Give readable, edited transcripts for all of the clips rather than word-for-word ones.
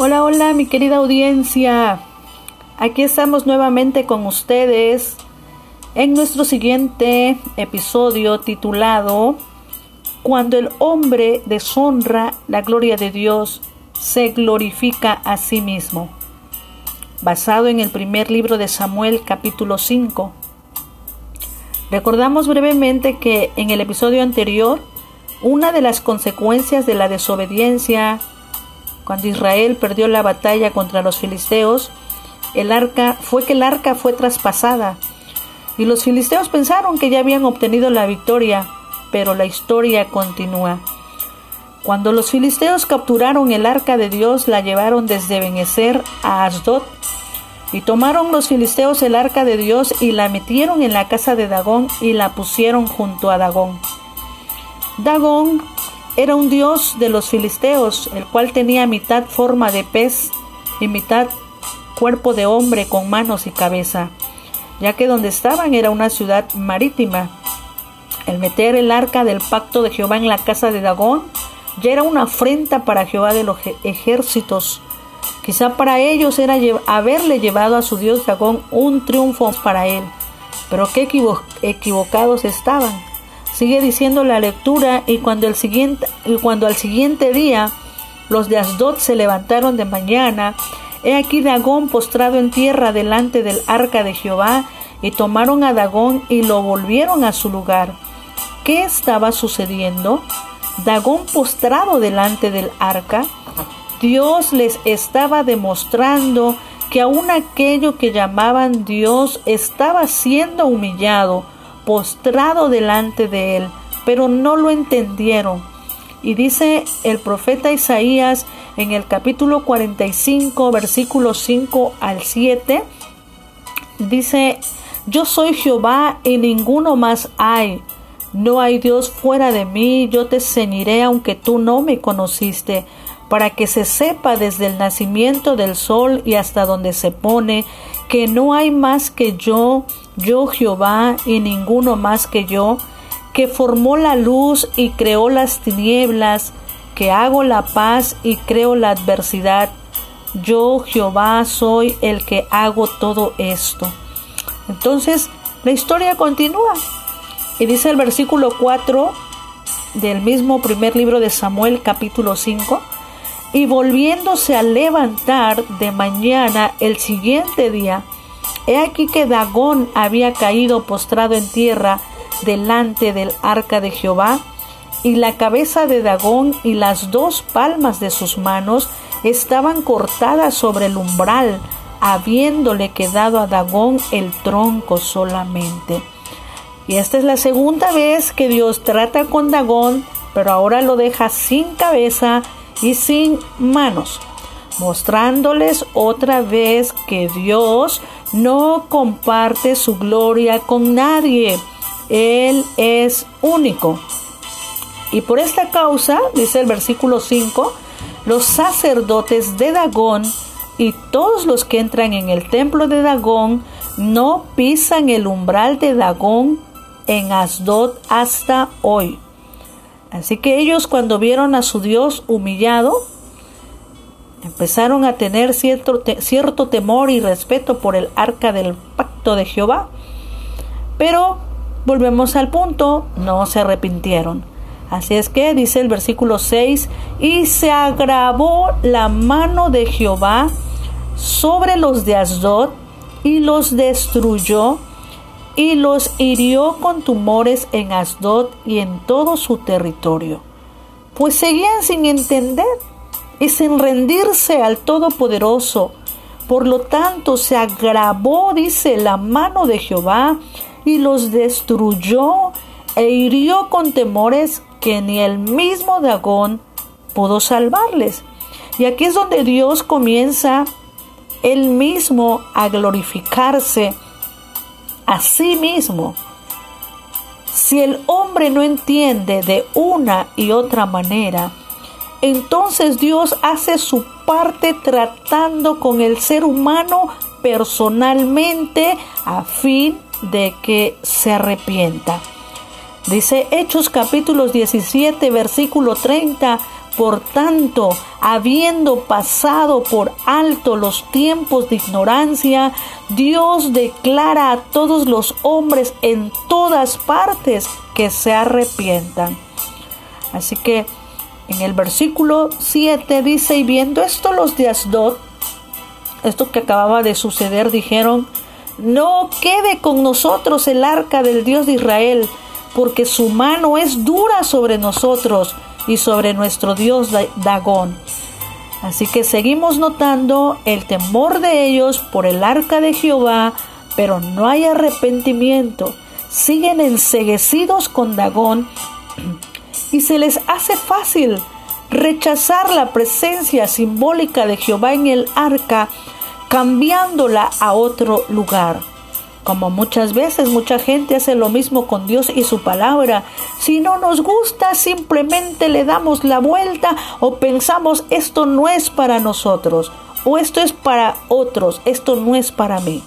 Hola, hola, mi querida audiencia. Aquí estamos nuevamente con ustedes en nuestro siguiente episodio titulado Cuando el hombre deshonra la gloria de Dios, se glorifica a sí mismo. Basado en el primer libro de Samuel, capítulo 5. Recordamos brevemente que en el episodio anterior, una de las consecuencias de la desobediencia, cuando Israel perdió la batalla contra los filisteos, el arca fue traspasada y los filisteos pensaron que ya habían obtenido la victoria, pero la historia continúa. Cuando los filisteos capturaron el arca de Dios, la llevaron desde Benecer a Asdod, y tomaron los filisteos el arca de Dios y la metieron en la casa de Dagón y la pusieron junto a Dagón. Dagón era un dios de los filisteos, el cual tenía mitad forma de pez y mitad cuerpo de hombre con manos y cabeza, ya que donde estaban era una ciudad marítima. El meter el arca del pacto de Jehová en la casa de Dagón ya era una afrenta para Jehová de los ejércitos. Quizá para ellos era haberle llevado a su dios Dagón un triunfo para él, pero qué equivocados estaban. Sigue diciendo la lectura, y cuando al siguiente día los de Asdod se levantaron de mañana, he aquí Dagón postrado en tierra delante del arca de Jehová, y tomaron a Dagón y lo volvieron a su lugar. ¿Qué estaba sucediendo? Dagón postrado delante del arca. Dios les estaba demostrando que aún aquello que llamaban Dios estaba siendo humillado, postrado delante de él, pero no lo entendieron. Y dice el profeta Isaías en el capítulo 45, versículos 5 al 7, dice: Yo soy Jehová y ninguno más hay. No hay Dios fuera de mí, yo te ceñiré aunque tú no me conociste, para que se sepa desde el nacimiento del sol y hasta donde se pone, que no hay más que yo Jehová y ninguno más que yo, que formó la luz y creó las tinieblas, que hago la paz y creo la adversidad. Yo Jehová soy el que hago todo esto. Entonces la historia continúa y dice el versículo 4 del mismo primer libro de Samuel, capítulo 5: Y volviéndose a levantar de mañana el siguiente día, he aquí que Dagón había caído postrado en tierra delante del arca de Jehová, y la cabeza de Dagón y las dos palmas de sus manos estaban cortadas sobre el umbral, habiéndole quedado a Dagón el tronco solamente. Y esta es la segunda vez que Dios trata con Dagón, pero ahora lo deja sin cabeza y sin manos, mostrándoles otra vez que Dios no comparte su gloria con nadie. Él es único. Y por esta causa, dice el versículo 5, los sacerdotes de Dagón y todos los que entran en el templo de Dagón no pisan el umbral de Dagón en Asdod hasta hoy. Así que ellos, cuando vieron a su Dios humillado, empezaron a tener cierto temor y respeto por el arca del pacto de Jehová. Pero volvemos al punto, no se arrepintieron. Así es que dice el versículo 6: y se agravó la mano de Jehová sobre los de Asdod y los destruyó, y los hirió con tumores en Asdod y en todo su territorio, pues seguían sin entender y sin rendirse al Todopoderoso. Por lo tanto se agravó, dice, la mano de Jehová, y los destruyó e hirió con temores que ni el mismo Dagón pudo salvarles. Y aquí es donde Dios comienza él mismo a glorificarse a sí mismo. Si el hombre no entiende de una y otra manera, entonces Dios hace su parte tratando con el ser humano personalmente a fin de que se arrepienta. Dice Hechos capítulo 17, versículo 30: Por tanto, habiendo pasado por alto los tiempos de ignorancia, Dios declara a todos los hombres en todas partes que se arrepientan. Así que en el versículo 7 dice: y viendo esto los de Asdod, esto que acababa de suceder, dijeron: no quede con nosotros el arca del Dios de Israel, porque su mano es dura sobre nosotros y sobre nuestro Dios Dagón. Así que seguimos notando el temor de ellos por el arca de Jehová, pero no hay arrepentimiento. Siguen enceguecidos con Dagón y se les hace fácil rechazar la presencia simbólica de Jehová en el arca, cambiándola a otro lugar. Como muchas veces mucha gente hace lo mismo con Dios y su palabra. Si no nos gusta, simplemente le damos la vuelta o pensamos: esto no es para nosotros, o esto es para otros, esto no es para mí.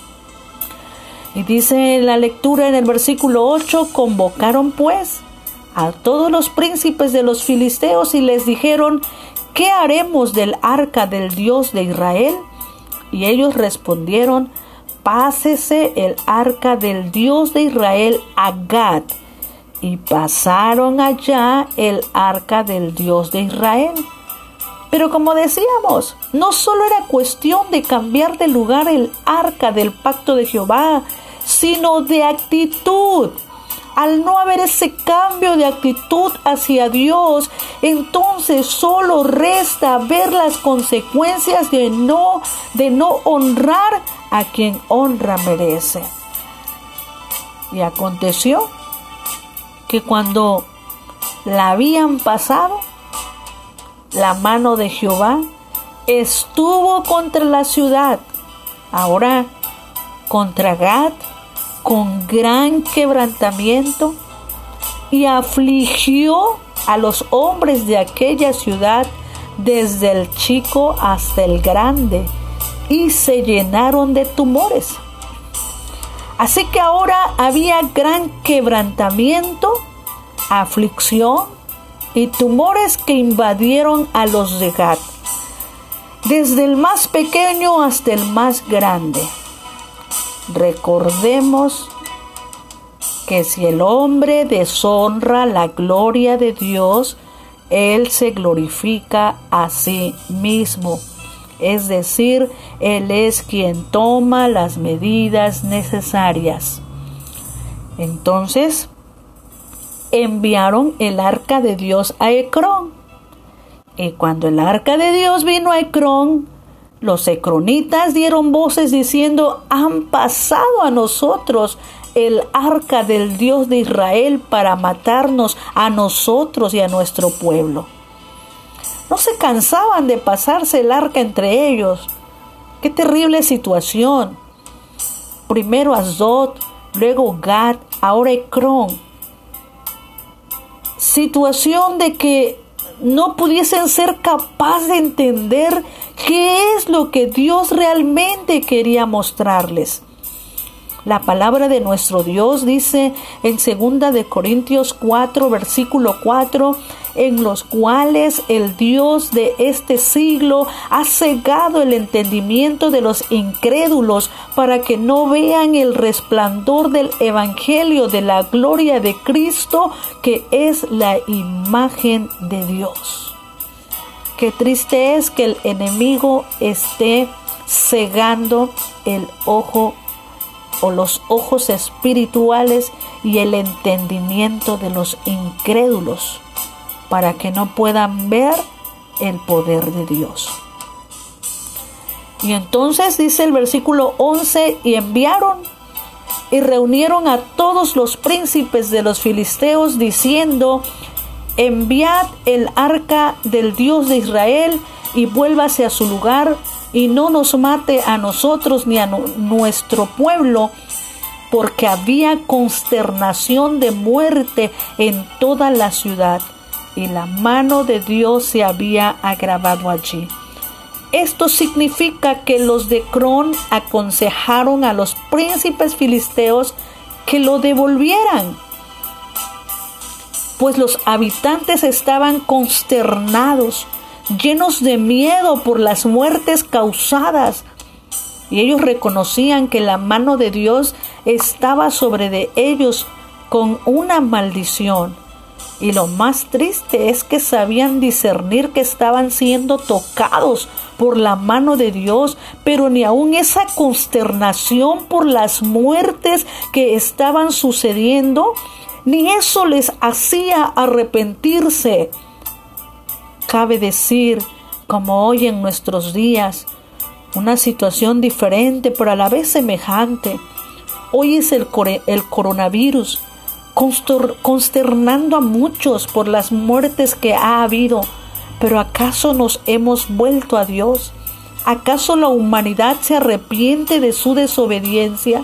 Y dice la lectura en el versículo 8: convocaron pues a todos los príncipes de los filisteos y les dijeron: ¿qué haremos del arca del Dios de Israel? Y ellos respondieron: pásese el arca del Dios de Israel a Gat. Y pasaron allá el arca del Dios de Israel. Pero como decíamos, no solo era cuestión de cambiar de lugar el arca del pacto de Jehová, sino de actitud. Al no haber ese cambio de actitud hacia Dios, entonces solo resta ver las consecuencias de no honrar a quien honra merece. Y aconteció que cuando la habían pasado, la mano de Jehová estuvo contra la ciudad, ahora contra Gat, con gran quebrantamiento, y afligió a los hombres de aquella ciudad, desde el chico hasta el grande, y se llenaron de tumores. Así que ahora había gran quebrantamiento, aflicción y tumores que invadieron a los de Gat, desde el más pequeño hasta el más grande. Recordemos que si el hombre deshonra la gloria de Dios, él se glorifica a sí mismo. Es decir, él es quien toma las medidas necesarias. Entonces, enviaron el arca de Dios a Ecrón. Y cuando el arca de Dios vino a Ecrón, los ecronitas dieron voces diciendo: han pasado a nosotros el arca del Dios de Israel para matarnos a nosotros y a nuestro pueblo. No se cansaban de pasarse el arca entre ellos. ¡Qué terrible situación! Primero Asdod, luego Gat, ahora Ecrón. Situación de que no pudiesen ser capaces de entender qué es lo que Dios realmente quería mostrarles. La palabra de nuestro Dios dice en 2 de Corintios 4, versículo 4, en los cuales el Dios de este siglo ha cegado el entendimiento de los incrédulos para que no vean el resplandor del evangelio de la gloria de Cristo, que es la imagen de Dios. Qué triste es que el enemigo esté cegando el ojo o los ojos espirituales y el entendimiento de los incrédulos, para que no puedan ver el poder de Dios. Y entonces dice el versículo 11: y enviaron y reunieron a todos los príncipes de los filisteos, diciendo: enviad el arca del Dios de Israel y vuélvase a su lugar, y no nos mate a nosotros ni a nuestro pueblo, porque había consternación de muerte en toda la ciudad, y la mano de Dios se había agravado allí. Esto significa que los de Ecrón aconsejaron a los príncipes filisteos que lo devolvieran. pues los habitantes estaban consternados, llenos de miedo por las muertes causadas. Y ellos reconocían que la mano de Dios estaba sobre de ellos con una maldición. Y lo más triste es que sabían discernir que estaban siendo tocados por la mano de Dios, pero ni aun esa consternación por las muertes que estaban sucediendo, ni eso les hacía arrepentirse. Cabe decir, como hoy en nuestros días, una situación diferente pero a la vez semejante. Hoy es el coronavirus, consternando a muchos por las muertes que ha habido. Pero ¿acaso nos hemos vuelto a Dios? ¿Acaso la humanidad se arrepiente de su desobediencia?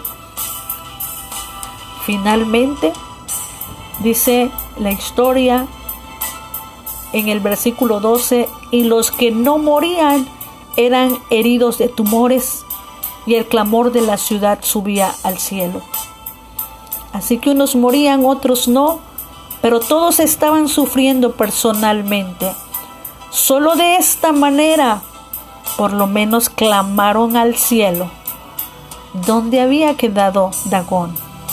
Finalmente, dice la historia en el versículo 12, y los que no morían eran heridos de tumores, y el clamor de la ciudad subía al cielo. Así que unos morían, otros no, pero todos estaban sufriendo personalmente. Solo de esta manera, por lo menos clamaron al cielo. ¿Dónde había quedado Dagón?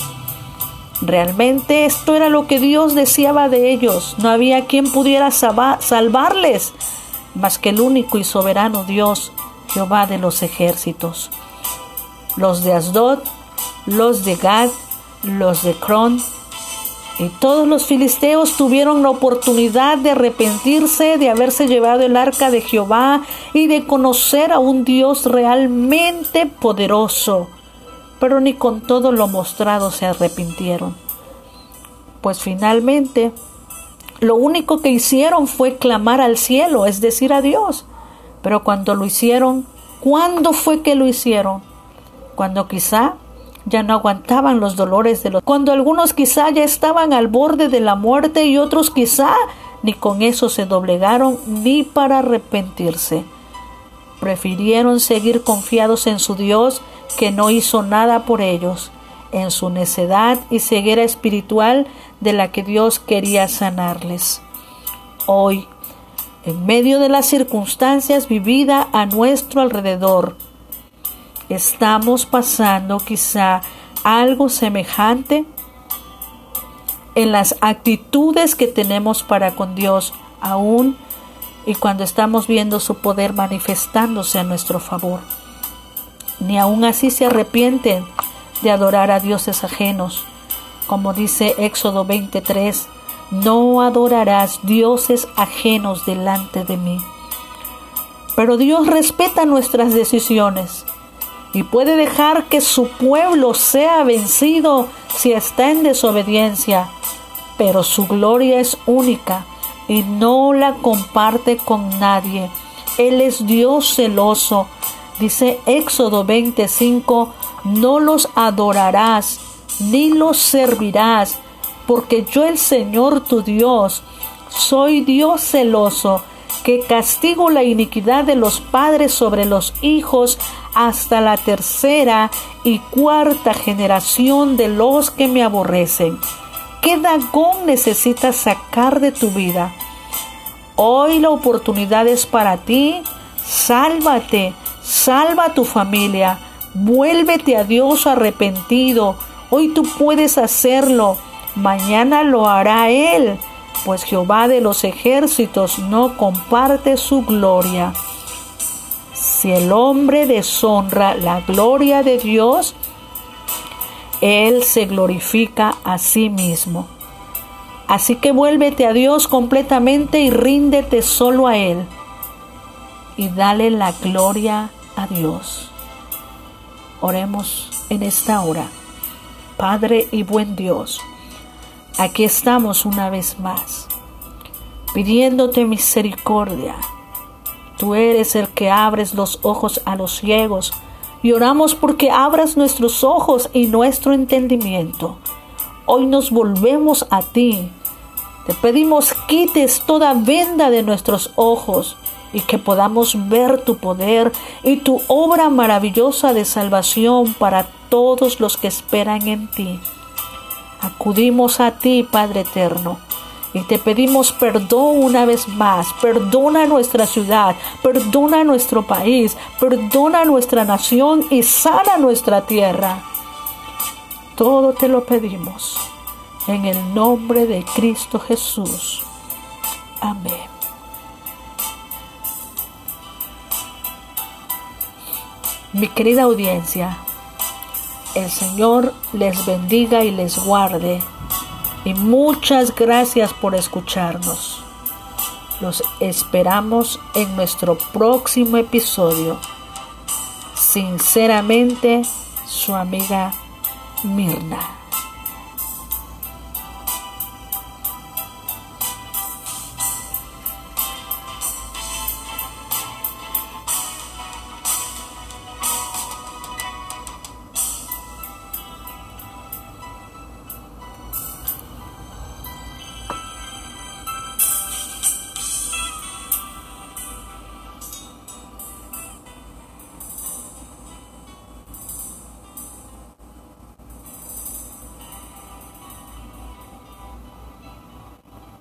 Realmente esto era lo que Dios deseaba de ellos. No había quien pudiera salvarles, más que el único y soberano Dios, Jehová de los ejércitos. Los de Asdod, los de Gad, los de Cron y todos los filisteos tuvieron la oportunidad de arrepentirse, de haberse llevado el arca de Jehová y de conocer a un Dios realmente poderoso, pero ni con todo lo mostrado se arrepintieron. Pues finalmente lo único que hicieron fue clamar al cielo, es decir, a Dios. Pero cuando lo hicieron, ¿cuándo fue que lo hicieron? Cuando quizá ya no aguantaban los dolores cuando algunos quizá ya estaban al borde de la muerte y otros quizá ni con eso se doblegaron ni para arrepentirse. Prefirieron seguir confiados en su Dios, que no hizo nada por ellos, en su necedad y ceguera espiritual de la que Dios quería sanarles. Hoy, en medio de las circunstancias vividas a nuestro alrededor, ¿estamos pasando quizá algo semejante en las actitudes que tenemos para con Dios aún y cuando estamos viendo su poder manifestándose a nuestro favor? Ni aún así se arrepienten de adorar a dioses ajenos. Como dice Éxodo 23, no adorarás dioses ajenos delante de mí. Pero Dios respeta nuestras decisiones y puede dejar que su pueblo sea vencido si está en desobediencia, pero su gloria es única y no la comparte con nadie. Él es Dios celoso. Dice Éxodo 25, no los adorarás ni los servirás, porque yo el Señor tu Dios soy Dios celoso, que castigo la iniquidad de los padres sobre los hijos hasta la tercera y cuarta generación de los que me aborrecen. ¿Qué Dagón necesitas sacar de tu vida? Hoy la oportunidad es para ti. Sálvate, salva a tu familia, vuélvete a Dios arrepentido. Hoy tú puedes hacerlo, mañana lo hará Él, pues Jehová de los ejércitos no comparte su gloria. Si el hombre deshonra la gloria de Dios, Él se glorifica a sí mismo. Así que vuélvete a Dios completamente y ríndete solo a Él. Y dale la gloria a Dios. Oremos en esta hora. Padre y buen Dios, aquí estamos una vez más, pidiéndote misericordia. Tú eres el que abres los ojos a los ciegos, y oramos porque abras nuestros ojos y nuestro entendimiento. Hoy nos volvemos a ti. Te pedimos quites toda venda de nuestros ojos y que podamos ver tu poder y tu obra maravillosa de salvación para todos los que esperan en ti. Acudimos a ti, Padre eterno, Y te pedimos perdón una vez más. Perdona nuestra ciudad, perdona nuestro país, perdona nuestra nación y sana nuestra tierra. Todo te lo pedimos en el nombre de Cristo Jesús. Amén. Mi querida audiencia, el Señor les bendiga y les guarde. Y muchas gracias por escucharnos. Los esperamos en nuestro próximo episodio. Sinceramente, su amiga Mirna.